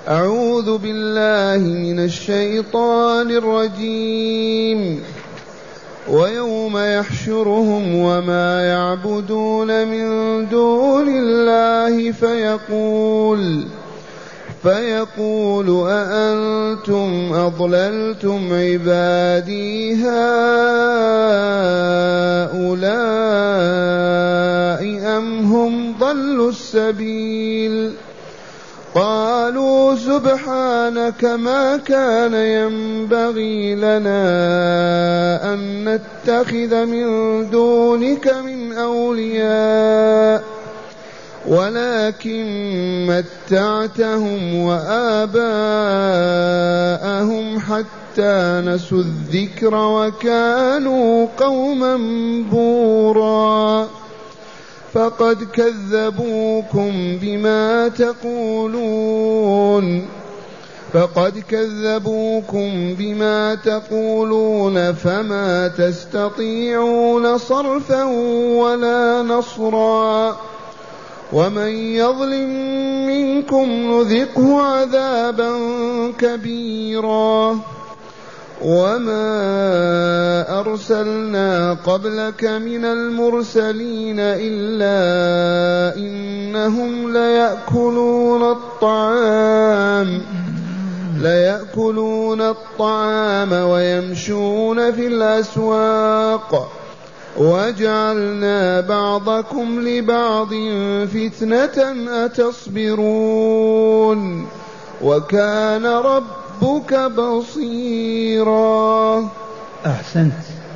أعوذ بالله من الشيطان الرجيم. ويوم يحشرهم وما يعبدون من دون الله فيقول أأنتم أضللتم عبادي هؤلاء أم هم ضلوا السبيل قالوا سبحانك ما كان ينبغي لنا أن نتخذ من دونك من أولياء ولكن متعتهم وآباءهم حتى نسوا الذكر وكانوا قوما بورا فقد كذبوكم بما تقولون فما تستطيعون صرفا ولا نصرا ومن يظلم منكم نذقه عذابا كبيرا وما أرسلنا قبلك من المرسلين إلا إنهم ليأكلون الطعام ويمشون في الأسواق وجعلنا بعضكم لبعض فتنة أتصبرون وكان ربك بصيرا. أحسنت.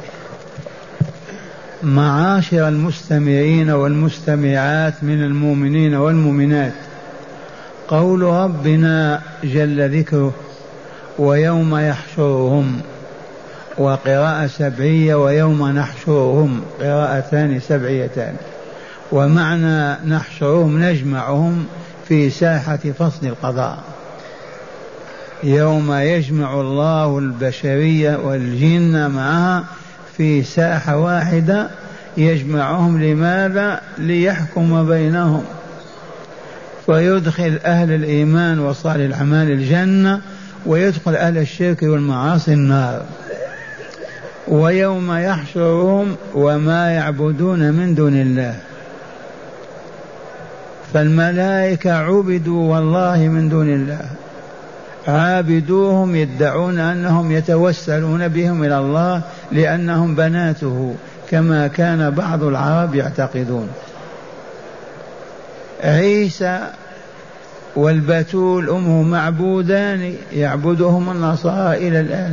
معاشر المستمعين والمستمعات من المؤمنين والمؤمنات، قول ربنا جل ذكره ويوم يحشرهم، وقراءة سبعية ويوم نحشرهم، قراءتان سبعيتان. ومعنى نحشرهم نجمعهم في ساحة فصل القضاء، يوم يجمع الله البشرية والجن معها في ساحة واحدة، يجمعهم لماذا؟ ليحكم بينهم، فيدخل أهل الإيمان وصالح الأعمال الجنة، ويدخل أهل الشرك والمعاصي النار. ويوم يحشرهم وما يعبدون من دون الله، فالملائكة عبدوا والله من دون الله، عابدوهم يدعون أنهم يتوسلون بهم إلى الله لأنهم بناته كما كان بعض العرب يعتقدون. عيسى والبتول أمه معبودان يعبدهم النصارى إلى الآن.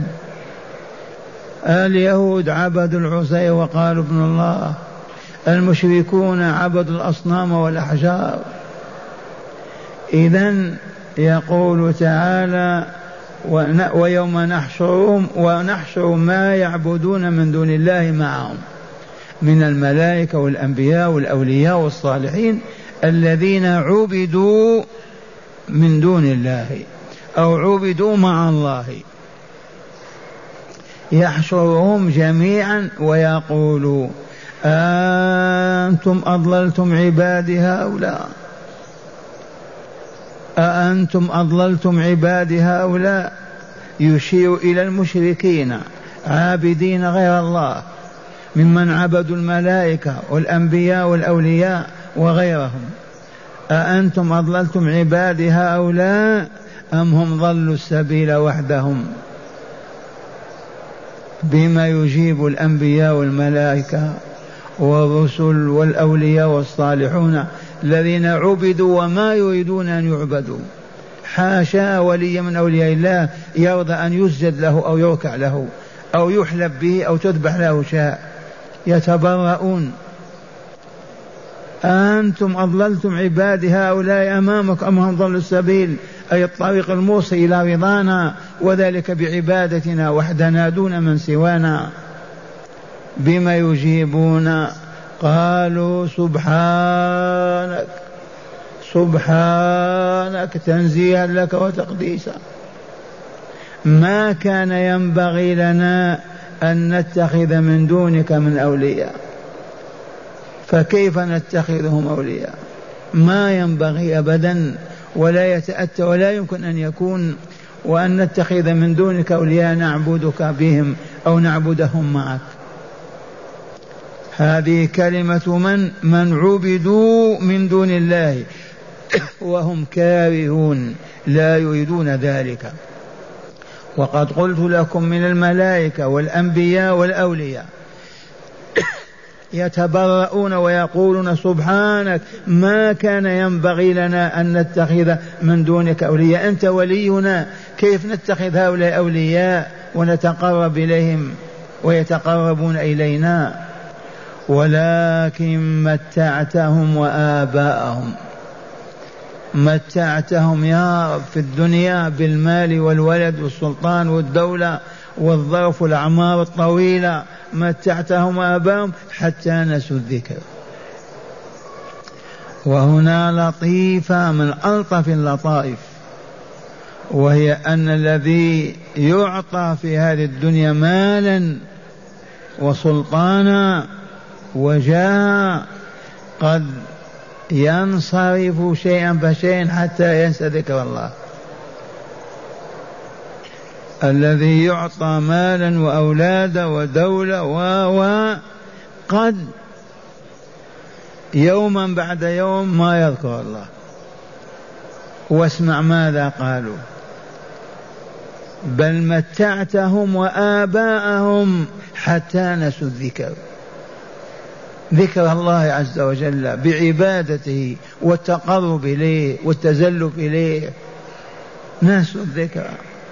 اليهود عبدوا العزير وقالوا ابن الله، المشركون عبدوا الأصنام والأحجار. إذن يقول تعالى ويوم نحشرهم ونحشر ما يعبدون من دون الله معهم من الملائكة والأنبياء والأولياء والصالحين الذين عبدوا من دون الله أو عبدوا مع الله. يحشرهم جميعا ويقول أأنتم أضللتم عبادي هؤلاء، أأنتم أضللتم عبادي هؤلاء، يشير إلى المشركين عابدين غير الله ممن عبدوا الملائكة والأنبياء والأولياء وغيرهم. أأنتم أضللتم عبادي هؤلاء أم هم ضلوا السبيل وحدهم؟ بما يجيب الأنبياء والملائكة والرسل والأولياء والصالحون الذين عبدوا وما يريدون أن يعبدوا. حاشا ولي من أولياء الله يرضى أن يسجد له أو يركع له أو يحلب به أو تذبح له شاء، يتبرؤون. أنتم أضللتم عبادي هؤلاء أمامك أم هم ضلوا السبيل، أي الطريق الموصل إلى رضانا، وذلك بعبادتنا وحدنا دون من سوانا. بما يجيبون؟ قالوا سبحانك، سبحانك تنزيها لك وتقديسا، ما كان ينبغي لنا أن نتخذ من دونك من أولياء، فكيف نتخذهم أولياء؟ ما ينبغي أبدا، ولا يتأتى ولا يمكن أن يكون، وأن نتخذ من دونك أولياء نعبدك بهم أو نعبدهم معك. هذه كلمة من عبدوا من دون الله وهم كارهون لا يريدون ذلك. وقد قلت لكم من الملائكة والأنبياء والأولياء يتبرؤون ويقولون سبحانك ما كان ينبغي لنا أن نتخذ من دونك أولياء، أنت ولينا، كيف نتخذ هؤلاء أولياء ونتقرب إليهم ويتقربون إلينا؟ ولكن متعتهم وآباءهم، متعتهم يا رب في الدنيا بالمال والولد والسلطان والدولة والظرف والأعمار الطويلة، متعتهم وآباءهم حتى نسوا الذكر. وهنا لطيفة من ألطف اللطائف، وهي أن الذي يعطى في هذه الدنيا مالا وسلطانا وجاء قد ينصرف شيئا فشيئا حتى ينسى ذكر الله. الذي يعطى مالا وأولادا ودولة قد يوما بعد يوم ما يذكر الله. واسمع ماذا قالوا: بل متعتهم وآباءهم حتى نسوا الذكر، ذكر الله عز وجل بعبادته والتقرب إليه والتزلف إليه، نسوا الذكر.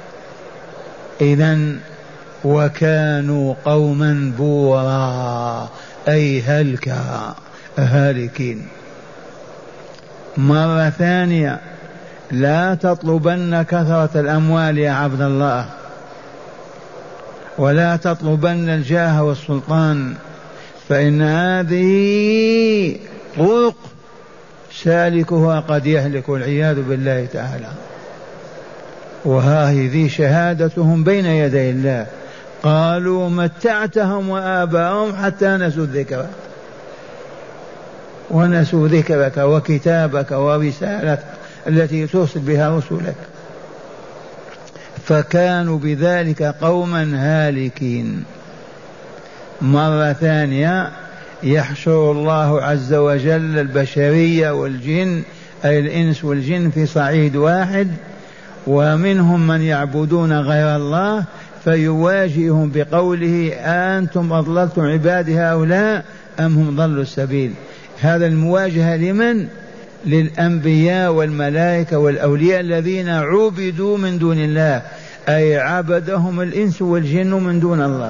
إذن وكانوا قوما بورا أي هلكا هالكين. مرة ثانية: لا تطلبن كثرة الأموال يا عبد الله، ولا تطلبن الجاه والسلطان، فإن هذه طرق سالكها قد يهلك والعياذ بالله تعالى. وهذه شهادتهم بين يدي الله، قالوا متعتهم وآباءهم حتى نسوا الذكر، ونسوا ذكرك وكتابك ورسالتك التي ترسل بها رسلك، فكانوا بذلك قوما هالكين. مرة ثانية: يحشر الله عز وجل البشرية والجن أي الإنس والجن في صعيد واحد، ومنهم من يعبدون غير الله، فيواجههم بقوله: أنتم أضللتم عبادي هؤلاء أم هم ضلوا السبيل. هذا المواجهة لمن؟ للأنبياء والملائكة والأولياء الذين عبدوا من دون الله، أي عبدهم الإنس والجن من دون الله.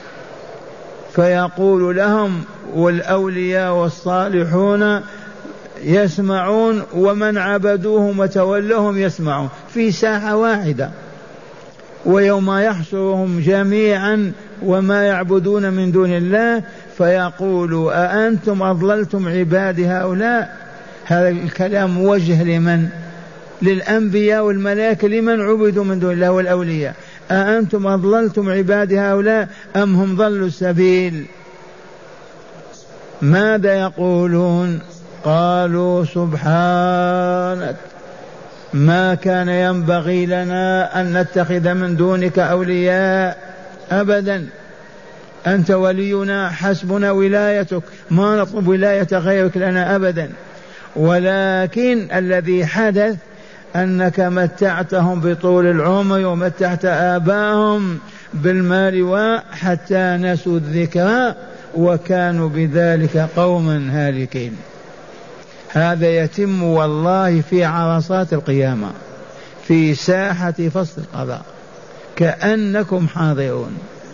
فيقول لهم والأولياء والصالحون يسمعون، ومن عبدوهم وتولهم يسمعون في ساحة واحدة. ويوم يحشرهم جميعا وما يعبدون من دون الله فيقول: أأنتم أضللتم عبادي هؤلاء. هذا الكلام موجه لمن؟ للأنبياء والملائكة، لمن عبدوا من دون الله والأولياء. أأنتم أضللتم عبادي هؤلاء أم هم ضلوا السبيل. ماذا يقولون؟ قالوا سبحانك ما كان ينبغي لنا أن نتخذ من دونك أولياء أبدا، أنت ولينا حسبنا ولايتك، ما نطلب ولاية غيرك لنا أبدا. ولكن الذي حدث أنك متعتهم بطول العمر ومتعت آباءهم بالمال وحتى نسوا الذكر، وكانوا بذلك قوما هالكين. هذا يتم والله في عرصات القيامة، في ساحة فصل القضاء، كأنكم حاضرون.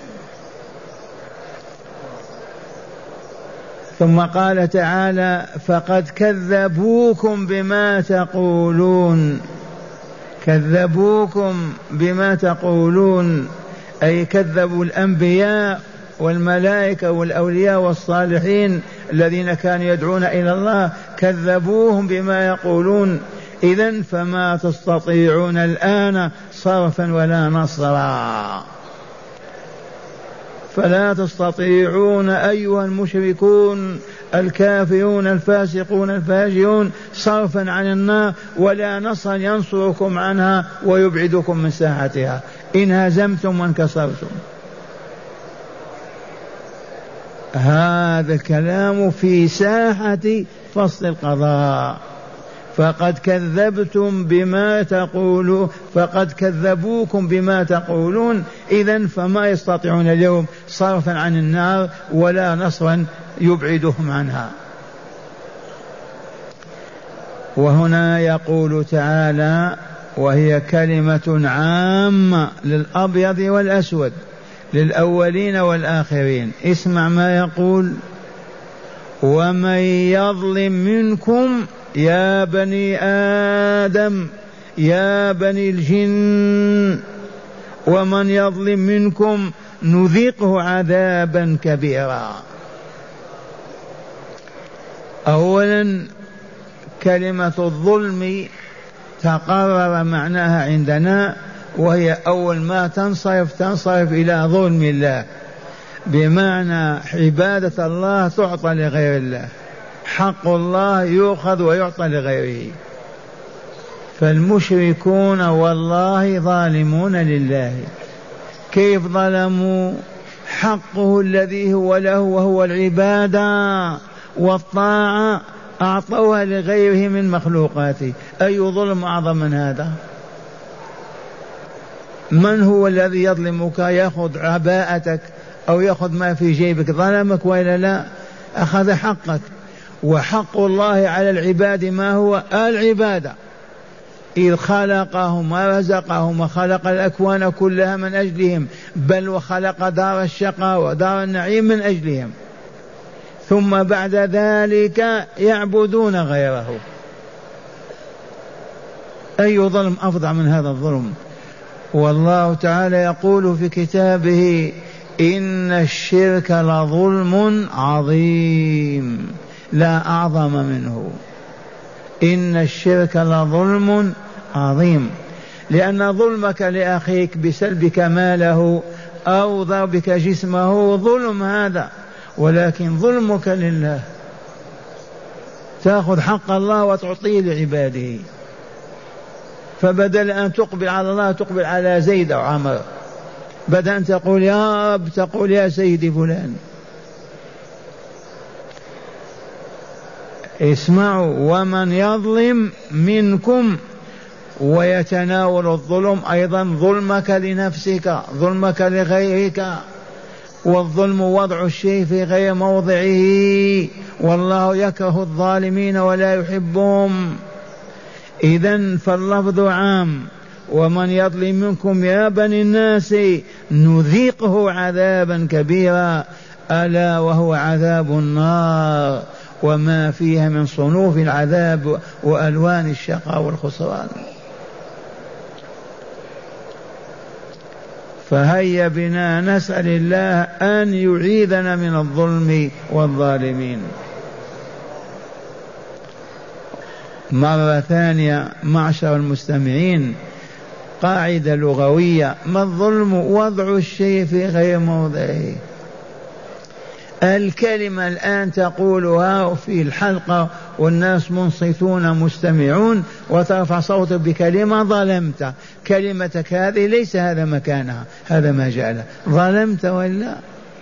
ثم قال تعالى: فقد كذبوكم بما تقولون. كذبوكم بما تقولون أي كذبوا الأنبياء والملائكة والأولياء والصالحين الذين كانوا يدعون إلى الله، كذبوهم بما يقولون. إذن فما تستطيعون الآن صرفا ولا نصرا. فلا تستطيعون أيها المشركون الكافرون الفاسقون الفاجرون صرفا عن النار ولا نصرا ينصركم عنها ويبعدكم من ساحتها إن هزمتم وانكسرتم. هذا الكلام في ساحة فصل القضاء. فقد كذبتم بما تقولون، فقد كذبوكم بما تقولون، إذن فما يستطيعون اليوم صرفا عن النار ولا نصرا يبعدهم عنها. وهنا يقول تعالى وهي كلمة عامة للأبيض والأسود للأولين والآخرين، اسمع ما يقول: ومن يظلم منكم يا بني آدم يا بني الجن ومن يظلم منكم نذيقه عذابا كبيرا. أولا كلمة الظلم تقرر معناها عندنا، وهي أول ما تنصرف إلى ظلم الله، بمعنى عبادة الله تعطى لغير الله، حق الله يؤخذ ويعطى لغيره. فالمشركون والله ظالمون لله. كيف ظلموا؟ حقه الذي هو له وهو العبادة والطاعة أعطوها لغيره من مخلوقاته. أي ظلم أعظم من هذا؟ من هو الذي يظلمك؟ يأخذ عباءتك أو يأخذ ما في جيبك، ظلمك وإلا لا؟ أخذ حقك. وحق الله على العباد ما هو؟ العبادة، إذ خلقهم ورزقهم وخلق الأكوان كلها من أجلهم، بل وخلق دار الشقاء ودار النعيم من أجلهم، ثم بعد ذلك يعبدون غيره. أي ظلم أفظع من هذا الظلم؟ والله تعالى يقول في كتابه: إن الشرك لظلم عظيم لا أعظم منه. إن الشرك لظلم عظيم، لأن ظلمك لأخيك بسلبك ماله أو ضربك جسمه ظلم هذا، ولكن ظلمك لله، تأخذ حق الله وتعطيه لعباده. فبدل أن تقبل على الله تقبل على زيد أو عمر، بدل أن تقول يا رب تقول يا سيدي فلان. اسمعوا: ومن يظلم منكم، ويتناول الظلم أيضا ظلمك لنفسك، ظلمك لغيرك. والظلم وضع الشيء في غير موضعه، والله يكره الظالمين ولا يحبهم. إذن فاللفظ عام: ومن يظلم منكم يا بني الناس نذيقه عذابا كبيرا، ألا وهو عذاب النار وما فيها من صنوف العذاب وألوان الشقاء والخسران. فهيا بنا نسأل الله أن يعيذنا من الظلم والظالمين. مرة ثانية معشر المستمعين، قاعدة لغوية: ما الظلم؟ وضع الشيء في غير موضعه. الكلمة الآن تقولها في الحلقة والناس منصتون مستمعون، وترفع صوتك بكلمة ظلمت، كلمتك هذه ليس هذا مكانها، هذا ما جعله ظلمت. ولا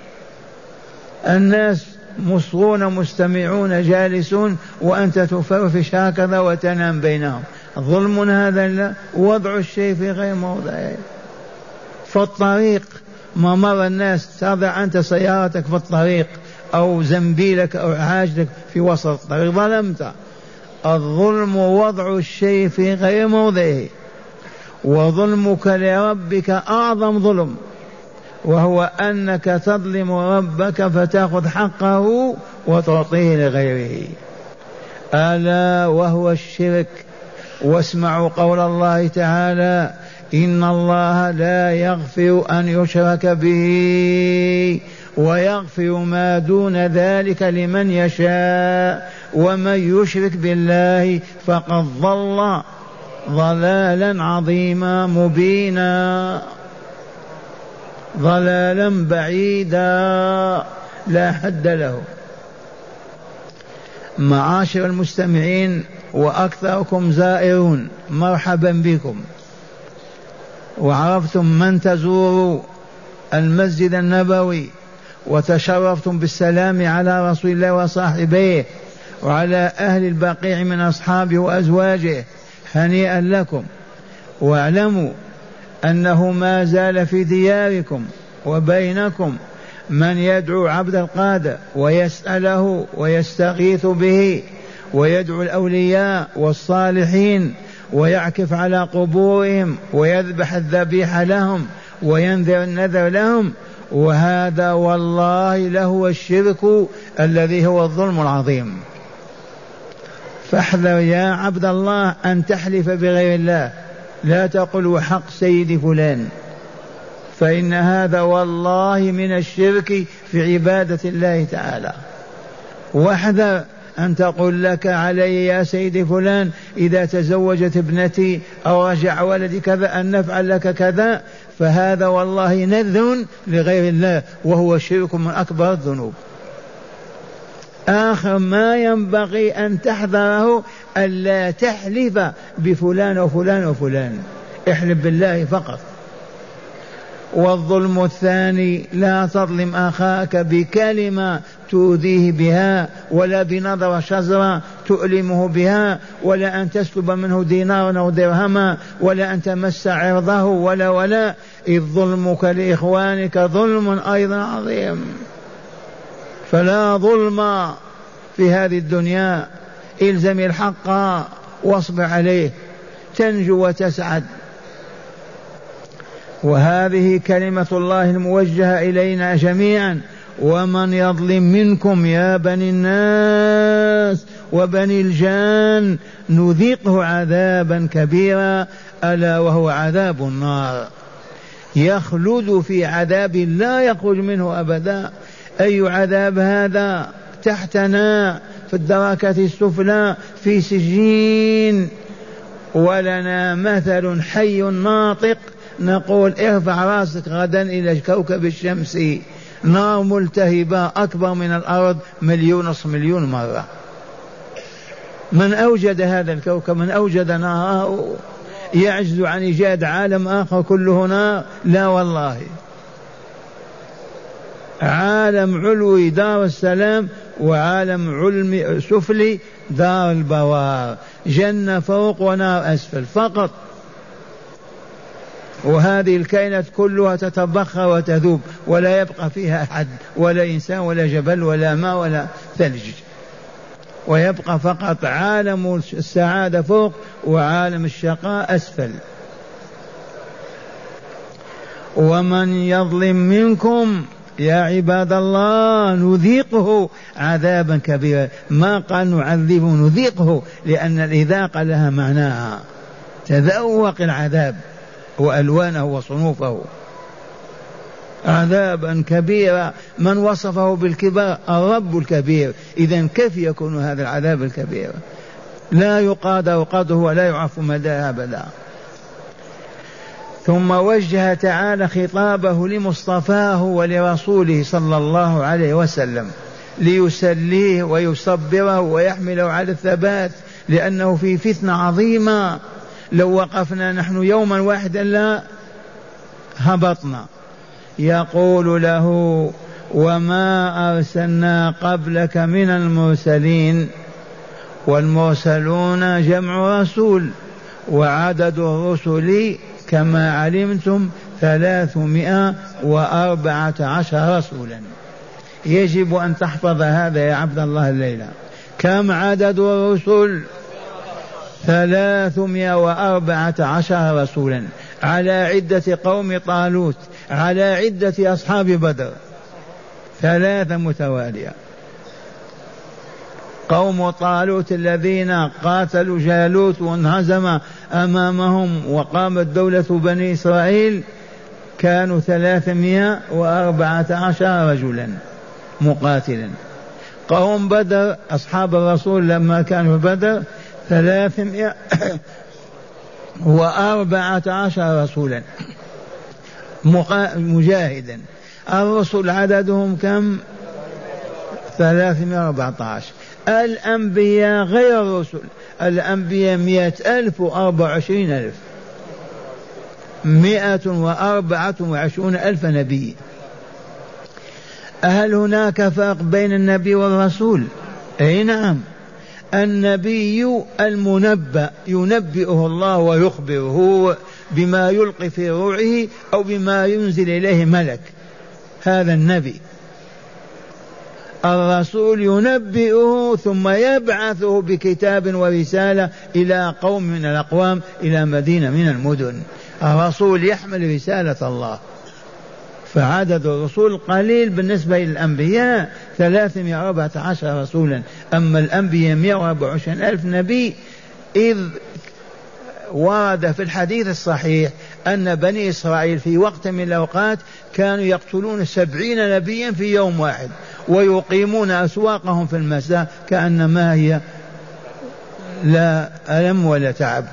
الناس مصغون مستمعون جالسون وأنت تفرفش هكذا وتنام بينهم، ظلم هذا؟ لا، وضع الشيء في غير موضعه. فالطريق ما مر الناس تضع أنت سيارتك في الطريق أو زنبيلك أو عاجلك في وسط الطريق، ظلمت. الظلم وضع الشيء في غير موضعه، وظلمك لربك أعظم ظلم، وهو أنك تظلم ربك فتأخذ حقه وتعطيه لغيره، ألا وهو الشرك. واسمعوا قول الله تعالى: إن الله لا يغفر أن يشرك به ويغفر ما دون ذلك لمن يشاء ومن يشرك بالله فقد ضل ضلالا عظيما مبينا. ضلالا بعيدا لا حد له. معاشر المستمعين وأكثركم زائرون، مرحبا بكم، وعرفتم من تزوروا المسجد النبوي وتشرفتم بالسلام على رسول الله وصاحبيه وعلى أهل البقيع من أصحابه وأزواجه، هنيئا لكم. واعلموا أنه ما زال في دياركم وبينكم من يدعو عبد القادر ويسأله ويستغيث به ويدعو الأولياء والصالحين ويعكف على قبورهم ويذبح الذبيح لهم وينذر النذر لهم، وهذا والله لهو الشرك الذي هو الظلم العظيم. فاحذر يا عبد الله أن تحلف بغير الله، لا تقل وحق سيدي فلان، فإن هذا والله من الشرك في عبادة الله تعالى. واحذر أن تقول لك علي يا سيدي فلان إذا تزوجت ابنتي أو رجع ولدي كذا أن نفعل لك كذا، فهذا والله نذر لغير الله وهو شرك من أكبر الذنوب. آخر ما ينبغي أن تحذره ألا تحلف بفلان وفلان وفلان، احلف بالله فقط. والظلم الثاني لا تظلم أخاك بكلمة تؤذيه بها، ولا بنظرة شزرة تؤلمه بها، ولا أن تسلب منه دينارا أو درهما، ولا أن تمس عرضه، ولا إذ ظلمك لإخوانك ظلم أيضا عظيم. فلا ظلم في هذه الدنيا، إلزم الحق واصبر عليه تنجو وتسعد. وهذه كلمة الله الموجهة إلينا جميعا: ومن يظلم منكم يا بني الناس وبني الجان نذيقه عذابا كبيرا ألا وهو عذاب النار، يخلد في عذاب لا يخرج منه أبدا. أي عذاب هذا؟ تحتنا في الدركة السفلى في سجين. ولنا مثل حي ناطق نقول: ارفع راسك غدا إلى كوكب الشمس، نار ملتهبة أكبر من الأرض 1,000,000 مرة. من أوجد هذا الكوكب؟ من أوجد ناره؟ يعجز عن إيجاد عالم آخر كله نار؟ لا والله. عالم علوي دار السلام، وعالم علمي سفلي دار البوار، جنة فوق ونار أسفل فقط. وهذه الكائنات كلها تتبخر وتذوب ولا يبقى فيها أحد، ولا إنسان ولا جبل ولا ماء ولا ثلج، ويبقى فقط عالم السعادة فوق وعالم الشقاء أسفل. ومن يظلم منكم يا عباد الله نذيقه عذابا كبيرا. ما قال نعذبه، نذيقه، لأن الإذاقة لها معناها، تذوق العذاب وألوانه وصنوفه. عذابا كبيرا، من وصفه بالكبر الرب الكبير، إذن كيف يكون هذا العذاب الكبير؟ لا يقادر قدره ولا يعرف مداه أبدا. ثم وجه تعالى خطابه لمصطفاه ولرسوله صلى الله عليه وسلم ليسليه ويصبره ويحمله على الثبات، لأنه في فتنة عظيمة. لو وقفنا نحن يوما واحدا لا هبطنا. يقول له: وما أرسلنا قبلك من المرسلين، والمرسلون جمع رسول، وعدد الرسل كما علمتم 314 رسولا. يجب أن تحفظ هذا يا عبد الله الليلة. كم عدد الرسل؟ 314 رسولا، على عدة قوم طالوت، على عدة أصحاب بدر، 3 متوالية. قوم طالوت الذين قاتلوا جالوت وانهزم أمامهم وقامت دولة بني إسرائيل كانوا 314 رجلا مقاتلا. قوم بدر أصحاب الرسول لما كانوا في بدر 314 رسولا. مجاهدا. الرسل عددهم كم؟ 314. الأنبياء غير الرسل، الأنبياء 100,000 و24,000، 124,000 نبي. هل هناك فرق بين النبي والرسول؟ أي نعم. النبي المنبأ ينبئه الله ويخبره بما يلقي في روعه أو بما ينزل إليه ملك، هذا النبي. الرسول ينبئه ثم يبعثه بكتاب ورسالة إلى قوم من الأقوام، إلى مدينة من المدن. الرسول يحمل رسالة الله، فعدد الرسول قليل بالنسبة للأنبياء، 314 رسولا. أما الأنبياء 124,000 نبي. إذ ورد في الحديث الصحيح أن بني إسرائيل في وقت من الأوقات كانوا يقتلون 70 نبيا في يوم واحد، ويقيمون أسواقهم في المساء كأنما هي لا ألم ولا تعب.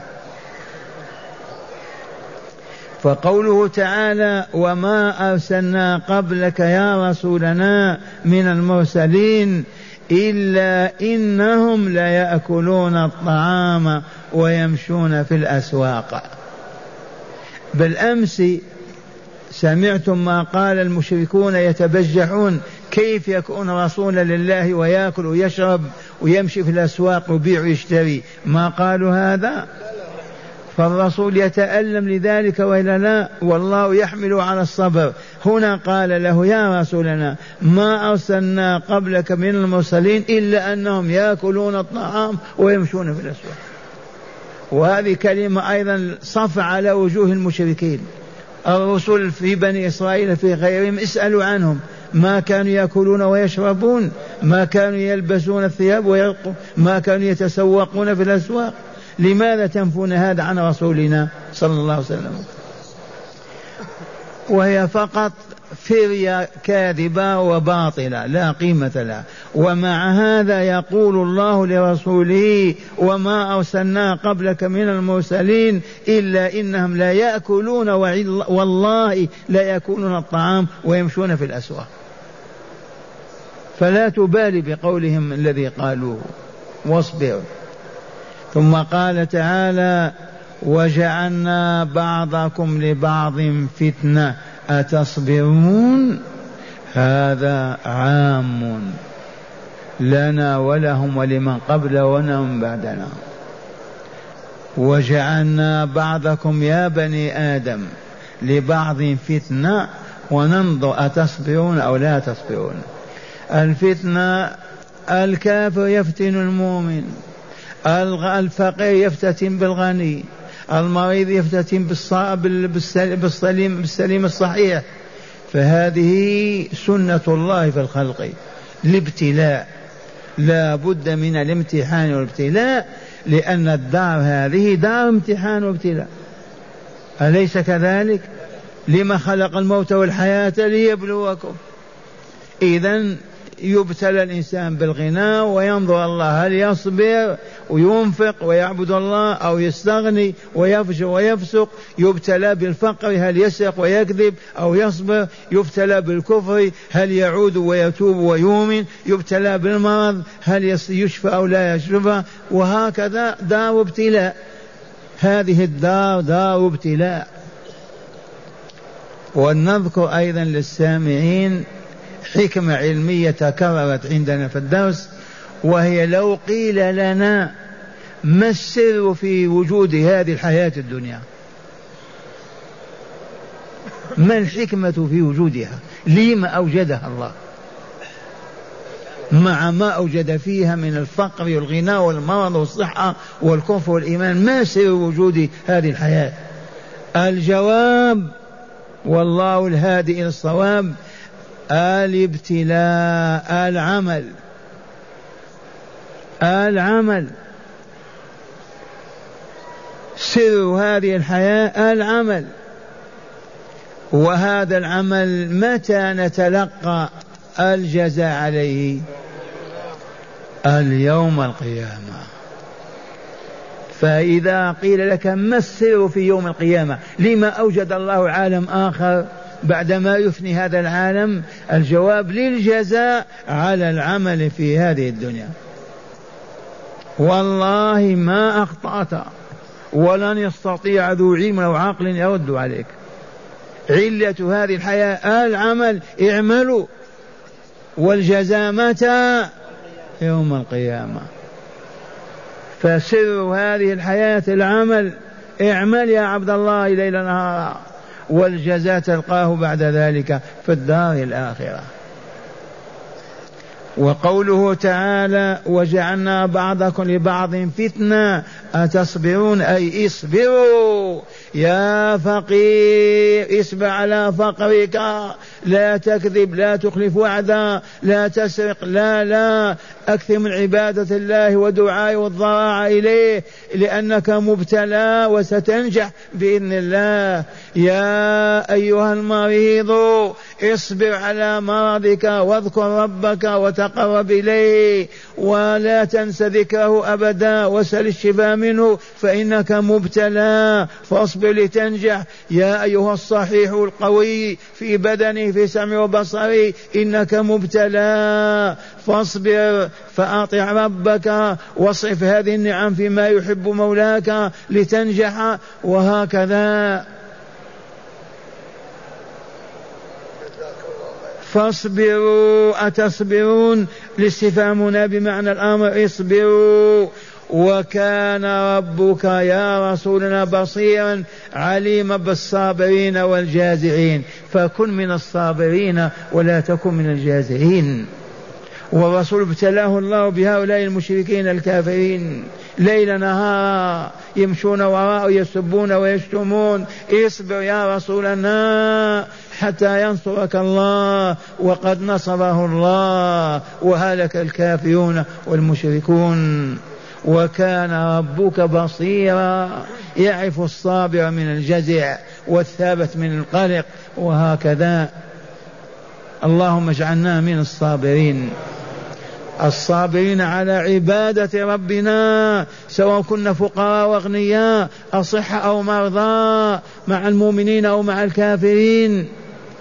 فقوله تعالى: وما أرسلنا قبلك يا رسولنا من المرسلين إلا إنهم ليأكلون الطعام ويمشون في الأسواق. بالأمس سمعتم ما قال المشركون يتبجحون: كيف يكون رسولا لله ويأكل ويشرب ويمشي في الأسواق ويبيع ويشتري؟ ما قالوا هذا؟ فالرسول يتألم لذلك وإلا لا؟ والله يحمل على الصبر. هنا قال له: يا رسولنا ما أرسلنا قبلك من المرسلين إلا أنهم يأكلون الطعام ويمشون في الأسواق. وهذه كلمة أيضا صف على وجوه المشركين. الرسل في بني إسرائيل في غيرهم اسألوا عنهم، ما كانوا يأكلون ويشربون، ما كانوا يلبسون الثياب ويرقون، ما كانوا يتسوقون في الأسواق. لماذا تنفون هذا عن رسولنا صلى الله عليه وسلم؟ وهي فقط فرية كاذبة وباطلة لا قيمة لها. ومع هذا يقول الله لرسوله: وما أرسلنا قبلك من المرسلين إلا إنهم لا يأكلون، والله لا يأكلون الطعام ويمشون في الأسواق. فلا تبالي بقولهم الذي قالوه واصبر. ثم قال تعالى: وجعلنا بعضكم لبعض فتنة أتصبرون. هذا عام لنا ولهم ولمن قبل ومن بعدنا. وجعلنا بعضكم يا بني آدم لبعض فتنة وننظر أتصبرون أو لا تصبرون. الفتنة: الكافر يفتن المؤمن، الفقير يفتتن بالغني، المريض يفتتن بالسليم الصحيح. فهذه سنة الله في الخلق، الابتلاء. لا بد من الامتحان والابتلاء، لأن الدار هذه دار امتحان وابتلاء، أليس كذلك؟ لما خلق الموت والحياة؟ ليبلوكم. إذن يبتلى الإنسان بالغنى وينظر الله هل يصبر وينفق ويعبد الله أو يستغني ويفجر ويفسق. يبتلى بالفقر هل يسرق ويكذب أو يصبر. يبتلى بالكفر هل يعود ويتوب ويؤمن. يبتلى بالمرض هل يشفى أو لا يشفى. وهكذا دار ابتلاء. هذه الدار دار ابتلاء. ونذكر أيضا للسامعين حكمة علمية تكررت عندنا في الدرس، وهي: لو قيل لنا ما السر في وجود هذه الحياة الدنيا، ما الحكمة في وجودها، لما أوجدها الله مع ما أوجد فيها من الفقر والغنى والمرض والصحة والكفر والإيمان؟ ما سر وجود هذه الحياة؟ الجواب: والله الهادي إلى الصواب: الابتلاء، العمل. سر هذه الحياة العمل. وهذا العمل متى نتلقى الجزاء عليه؟ اليوم القيامة. فإذا قيل لك ما السر في يوم القيامة، لما أوجد الله عالم آخر بعدما يفني هذا العالم؟ الجواب للجزاء على العمل في هذه الدنيا. والله ما أخطأت ولن يستطيع ذو علم أو عقل يرد عليك. علة هذه الحياة العمل، اعملوا، والجزاء متى؟ يوم القيامة. فسر هذه الحياة العمل، اعمل يا عبد الله ليل نهارا، والجزاء تلقاه بعد ذلك في الدار الآخرة. وقوله تعالى وجعلنا بعضكم لبعض فتنة أتصبرون، أي اصبروا يا فقير، اصبر على فقرك، لا تكذب، لا تخلف وعدا، لا تسرق، لا أكثر من عبادة الله ودعاء والضراعة إليه، لأنك مبتلى وستنجح بإذن الله. يا أيها المريض اصبر على مرضك واذكر ربك وتقرب إليه ولا تنس ذكره أبدا وسل الشفاء منه فإنك مبتلى فاصبر لتنجح. يا أيها الصحيح القوي في بدنه في سمع وبصره إنك مبتلى فاصبر فأطع ربك واصرف هذه النعم فيما يحب مولاك لتنجح. وهكذا فاصبروا أتصبرون، الاستفهام بمعنى الأمر، اصبروا. وكان ربك يا رسولنا بصيرا عليما بالصابرين والجازعين، فكن من الصابرين ولا تكن من الجازعين. والرسول ابتلاه الله بهؤلاء المشركين الكافرين ليل نهار يمشون وراءه يسبون ويشتمون، اصبر يا رسولنا حتى ينصرك الله، وقد نصره الله وهلك الكافرون والمشركون. وكان ربك بصيرا، يعرف الصابر من الجزع والثابت من القلق. وهكذا اللهم اجعلنا من الصابرين، الصابرين على عبادة ربنا، سواء كنا فقراء واغنياء، أصحاء أو مرضى، مع المؤمنين أو مع الكافرين.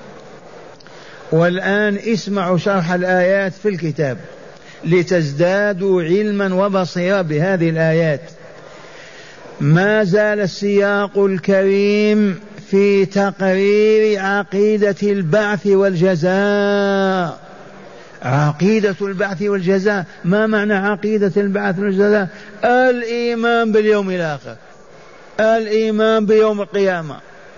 والآن اسمعوا شرح الآيات في الكتاب لتزدادوا علما وبصيرا بهذه الآيات. ما زال السياق الكريم في تقرير عقيدة البعث والجزاء. عقيدة البعث والجزاء، ما معنى عقيدة البعث والجزاء؟ الإيمان باليوم الآخر، الإيمان بيوم القيامة.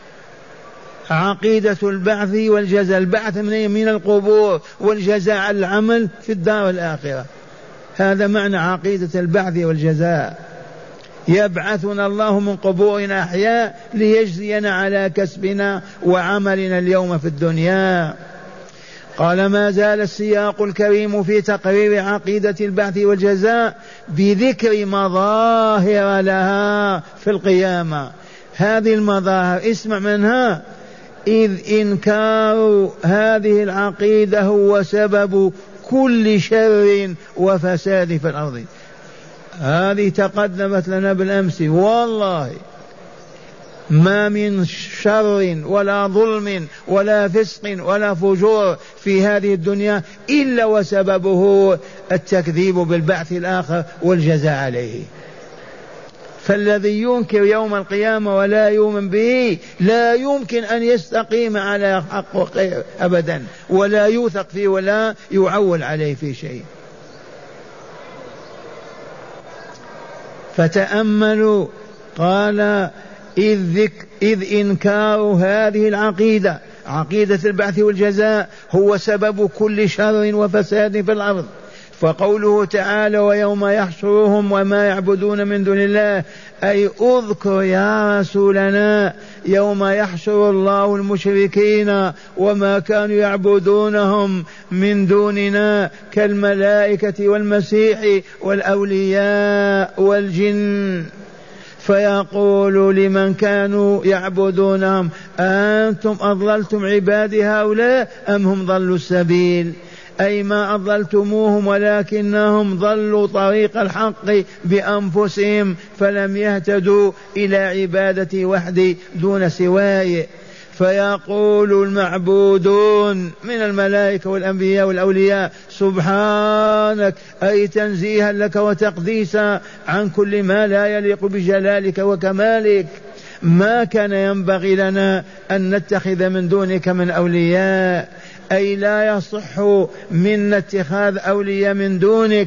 عقيدة البعث والجزاء، البعث من القبور والجزاء على العمل في الدار الآخرة، هذا معنى عقيدة البعث والجزاء. يبعثنا الله من قبورنا أحياء ليجزينا على كسبنا وعملنا اليوم في الدنيا. قال ما زال السياق الكريم في تقرير عقيدة البعث والجزاء بذكر مظاهر لها في القيامة. هذه المظاهر اسمع منها: إذ إنكار هذه العقيدة هو سبب كل شر وفساد في الأرض. هذه تقدمت لنا بالأمس، والله ما من شر ولا ظلم ولا فسق ولا فجور في هذه الدنيا إلا وسببه التكذيب بالبعث الآخر والجزاء عليه. فالذي ينكر يوم القيامة ولا يؤمن به لا يمكن أن يستقيم على حق وخير أبدا، ولا يوثق فيه ولا يعول عليه في شيء. فتأملوا، قال إذ إنكار هذه العقيدة، عقيدة البعث والجزاء، هو سبب كل شر وفساد في الأرض. فقوله تعالى ويوم يحشرهم وما يعبدون من دون الله، أي اذكر يا رسولنا يوم يحشر الله المشركين وما كانوا يعبدونهم من دوننا كالملائكة والمسيح والأولياء والجن، فيقول لمن كانوا يعبدونهم أنتم أضللتم عبادي هؤلاء أم هم ضلوا السبيل. أي ما أضللتموهم ولكنهم ضلوا طريق الحق بأنفسهم فلم يهتدوا إلى عبادتي وحدي دون سواي. فيقول المعبودون من الملائكة والأنبياء والأولياء سبحانك، أي تنزيها لك وتقديسا عن كل ما لا يليق بجلالك وكمالك. ما كان ينبغي لنا أن نتخذ من دونك من أولياء، أي لا يصح منا اتخاذ أولياء من دونك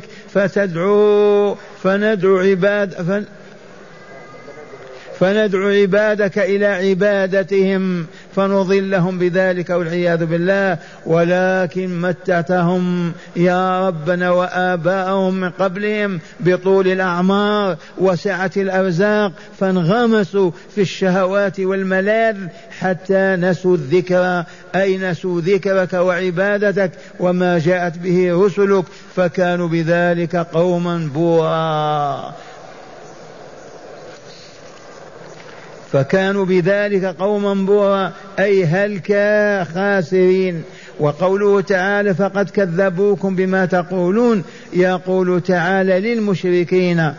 فندعو عبادك إلى عبادتهم فنضلهم بذلك والعياذ بالله. ولكن متعتهم يا ربنا وآباءهم من قبلهم بطول الأعمار وسعة الأرزاق فانغمسوا في الشهوات والملاذ حتى نسوا الذكر، أي نسوا ذكرك وعبادتك وما جاءت به رسلك، فكانوا بذلك قوما بورا. أي هلكا خاسرين. وقوله تعالى فقد كذبوكم بما تقولون، يقول تعالى للمشركين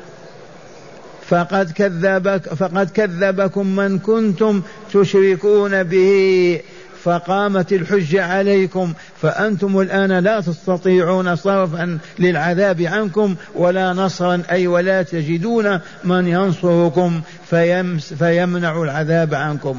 فقد كذبكم من كنتم تشركون به فقامت الحجة عليكم، فأنتم الآن لا تستطيعون صرفا للعذاب عنكم ولا نصرا، أي ولا تجدون من ينصركم فيمنع العذاب عنكم.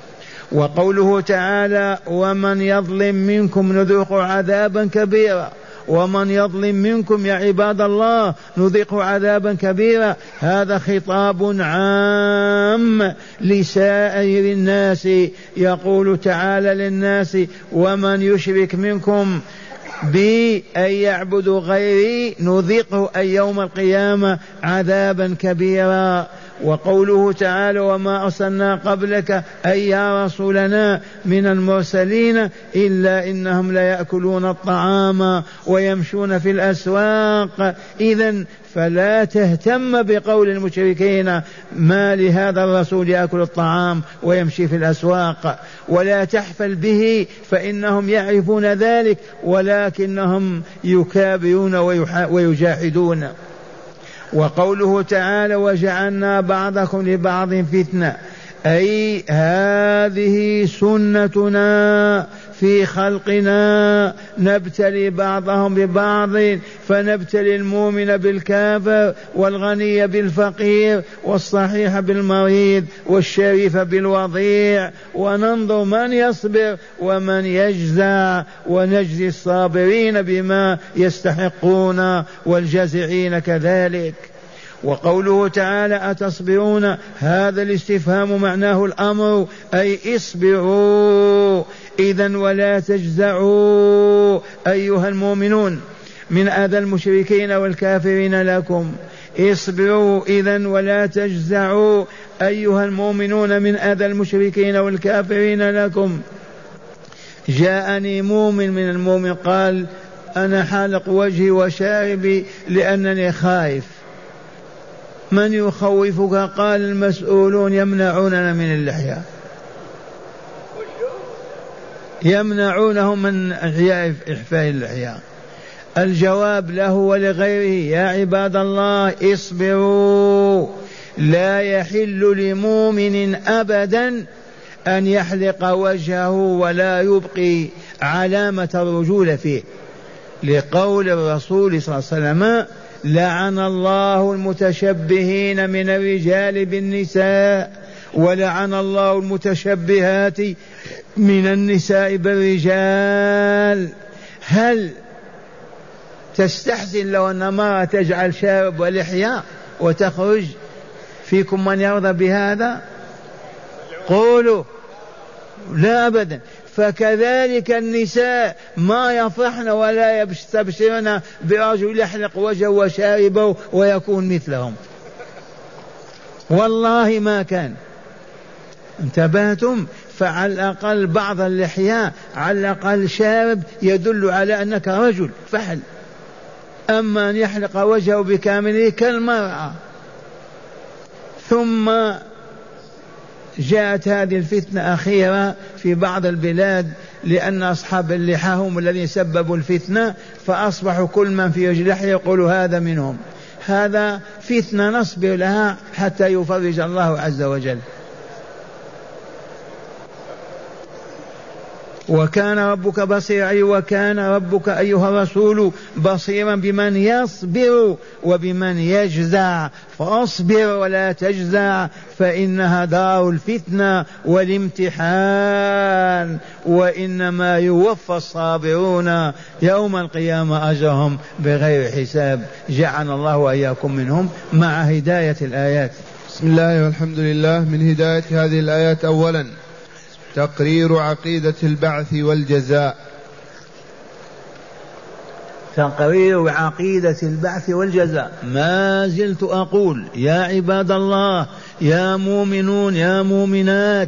وقوله تعالى ومن يظلم منكم نذيقه عذابا كبيرا، ومن يظلم منكم يا عباد الله نذيقه عذابا كبيرا، هذا خطاب عام لسائر الناس. يقول تعالى للناس ومن يشرك منكم بي أن يعبد غيري نذيقه أي يوم القيامة عذابا كبيرا. وقوله تعالى وما أرسلنا قبلك أي يا رسولنا من المرسلين إلا إنهم ليأكلون الطعام ويمشون في الأسواق. إذن فلا تهتم بقول المشركين ما لهذا الرسول يأكل الطعام ويمشي في الأسواق، ولا تحفل به فإنهم يعرفون ذلك ولكنهم يكابرون ويجاحدون. وقوله تعالى وجعلنا بعضكم لبعض فتنة، أي هذه سنتنا في خلقنا نبتلي بعضهم ببعض، فنبتلي المؤمن بالكافر والغني بالفقير والصحيح بالمريض والشريف بالوضيع، وننظر من يصبر ومن يجزع، ونجزي الصابرين بما يستحقون والجزعين كذلك. وقوله تعالى أتصبرون، هذا الاستفهام معناه الأمر، أي اصبروا إذن ولا تجزعوا أيها المؤمنون من أذى المشركين والكافرين لكم. اصبروا إذن ولا تجزعوا أيها المؤمنون من أذى المشركين والكافرين لكم. جاءني مؤمن من المؤمن قال أنا حالق وجهي وشاربي لأنني خائف. من يخوفك؟ قال المسؤولون يمنعوننا من اللحية، يمنعونهم من إحفاء اللحية. الجواب له ولغيره يا عباد الله اصبروا، لا يحل لمؤمن أبدا أن يحلق وجهه ولا يبقي علامة الرجولة فيه، لقول الرسول صلى الله عليه وسلم لعن الله المتشبهين من الرجال بالنساء ولعن الله المتشبهات من النساء بالرجال. هل تستحسن لو أن امرأة تجعل شارب ولحية وتخرج؟ فيكم من يرضى بهذا؟ قولوا لا أبدا. فكذلك النساء ما يفرحن ولا يستبشرن برجل يحلق وجهه وشاربه ويكون مثلهم، والله ما كان. انتبهتم؟ فعلى الأقل بعض اللحية على الأقل شارب يدل على أنك رجل فحل، أما أن يحلق وجهه بكامله كالمرأة. ثم جاءت هذه الفتنة أخيرا في بعض البلاد لأن أصحاب اللحى هم الذين سببوا الفتنة، فأصبحوا كل من في لحية يقول هذا منهم. هذا فتنة نصبر لها حتى يفرج الله عز وجل. وكان ربك بصيرا، وكان ربك أيها الرسول بصيرا بمن يصبر وبمن يجزع، فاصبر ولا تجزع فإنها دار الفتنة والامتحان، وإنما يوفى الصابرون يوم القيامة أجرهم بغير حساب. جعلنا الله وإياكم منهم مع هداية الآيات. بسم الله والحمد لله. من هداية هذه الآيات أولا تقرير عقيدة البعث والجزاء. تقرير عقيدة البعث والجزاء. ما زلت أقول يا عباد الله، يا مؤمنون يا مؤمنات،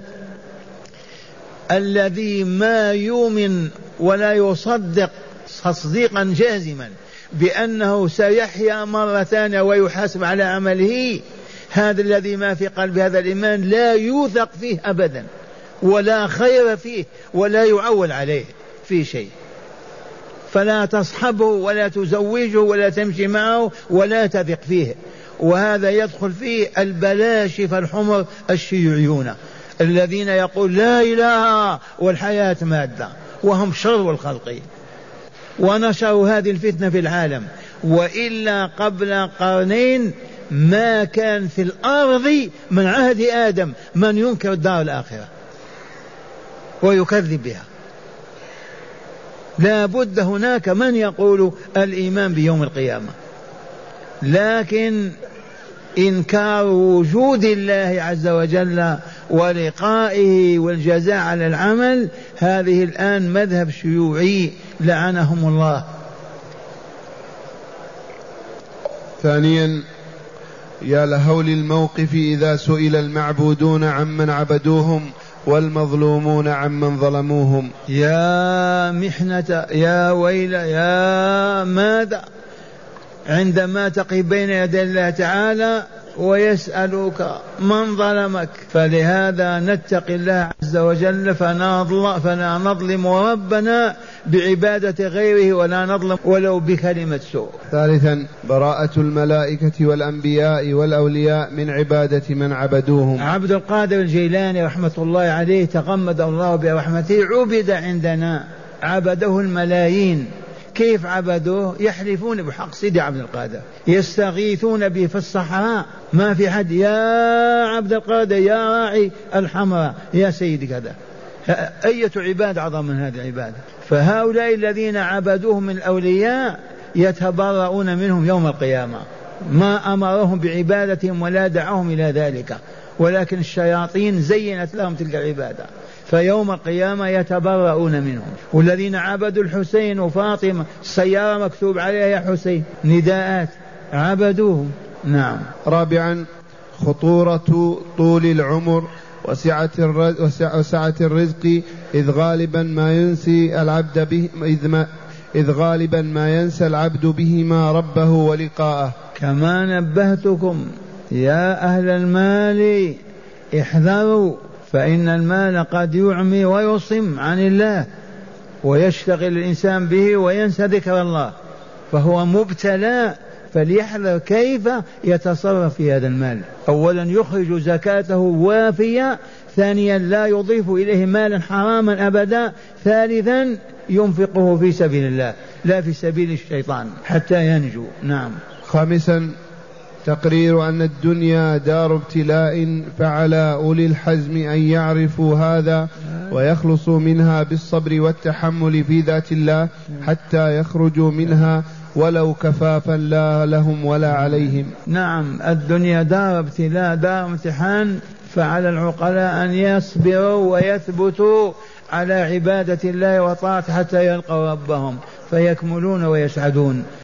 الذي ما يؤمن ولا يصدق تصديقا جازما بأنه سيحيا مرة ثانية ويحاسب على عمله، هذا الذي ما في قلب هذا الإيمان لا يوثق فيه أبدا، ولا خير فيه، ولا يعول عليه في شيء. فلا تصحبه ولا تزوجه ولا تمشي معه ولا تثق فيه. وهذا يدخل فيه البلاشفة الحمر الشيوعيون الذين يقول لا إله والحياة مادة، وهم شر الخلق، ونشروا هذه الفتنة في العالم. وإلا قبل قرنين ما كان في الأرض من عهد آدم من ينكر الدار الآخرة ويكذب بها. لا بد هناك من يقول الإيمان بيوم القيامة، لكن إنكار وجود الله عز وجل ولقائه والجزاء على العمل، هذه الآن مذهب شيوعي لعنهم الله. ثانيا يا لهول الموقف إذا سئل المعبودون عمن عبدوهم والمظلومون عمن ظلموهم. يا محنة، يا ويل، يا ماذا عندما تقف بين يدي الله تعالى ويسألك من ظلمك. فلهذا نتقي الله عز وجل فلا نظلم ربنا بعبادة غيره، ولا نظلم ولو بكلمة سوء. ثالثا براءة الملائكة والأنبياء والأولياء من عبادة من عبدوهم. عبد القادر الجيلاني رحمة الله عليه تغمد الله برحمته عبد عندنا، عبده الملايين. كيف عبدوه؟ يحلفون بحق سيدي عبد القادر، يستغيثون به في الصحراء، ما في حد، يا عبد القادر يا راعي الحمراء يا سيدي كذا. أية عبادة أعظم من هذه العبادة؟ فهؤلاء الذين عبدوهم من الأولياء يتبرؤون منهم يوم القيامة، ما أمرهم بعبادتهم ولا دعوهم إلى ذلك، ولكن الشياطين زينت لهم تلك العبادة، فيوم القيامة يتبرؤون منهم. والذين عبدوا الحسين وفاطمة، السيارة مكتوب عليها يا حسين، نداءات، عبدوهم. نعم. رابعا خطورة طول العمر وسعة الرزق إذ غالبا ما ينسى العبد بهما ربه ولقاءه. كما نبهتكم يا أهل المال احذروا، فإن المال قد يعمي ويصم عن الله، ويشتغل الإنسان به وينسى ذكر الله، فهو مبتلى. فليحذر كيف يتصرف في هذا المال. أولا يخرج زكاته وافية، ثانيا لا يضيف إليه مالا حراما أبدا، ثالثا ينفقه في سبيل الله لا في سبيل الشيطان حتى ينجو. نعم. خامسا تقرير أن الدنيا دار ابتلاء، فعلى أولي الحزم أن يعرفوا هذا ويخلصوا منها بالصبر والتحمل في ذات الله حتى يخرجوا منها ولو كفافا لا لهم ولا عليهم. نعم، الدنيا دار ابتلاء، دار امتحان، فعلى العقلاء أن يصبروا ويثبتوا على عبادة الله وطاعته حتى يلقوا ربهم فيكملون ويسعدون.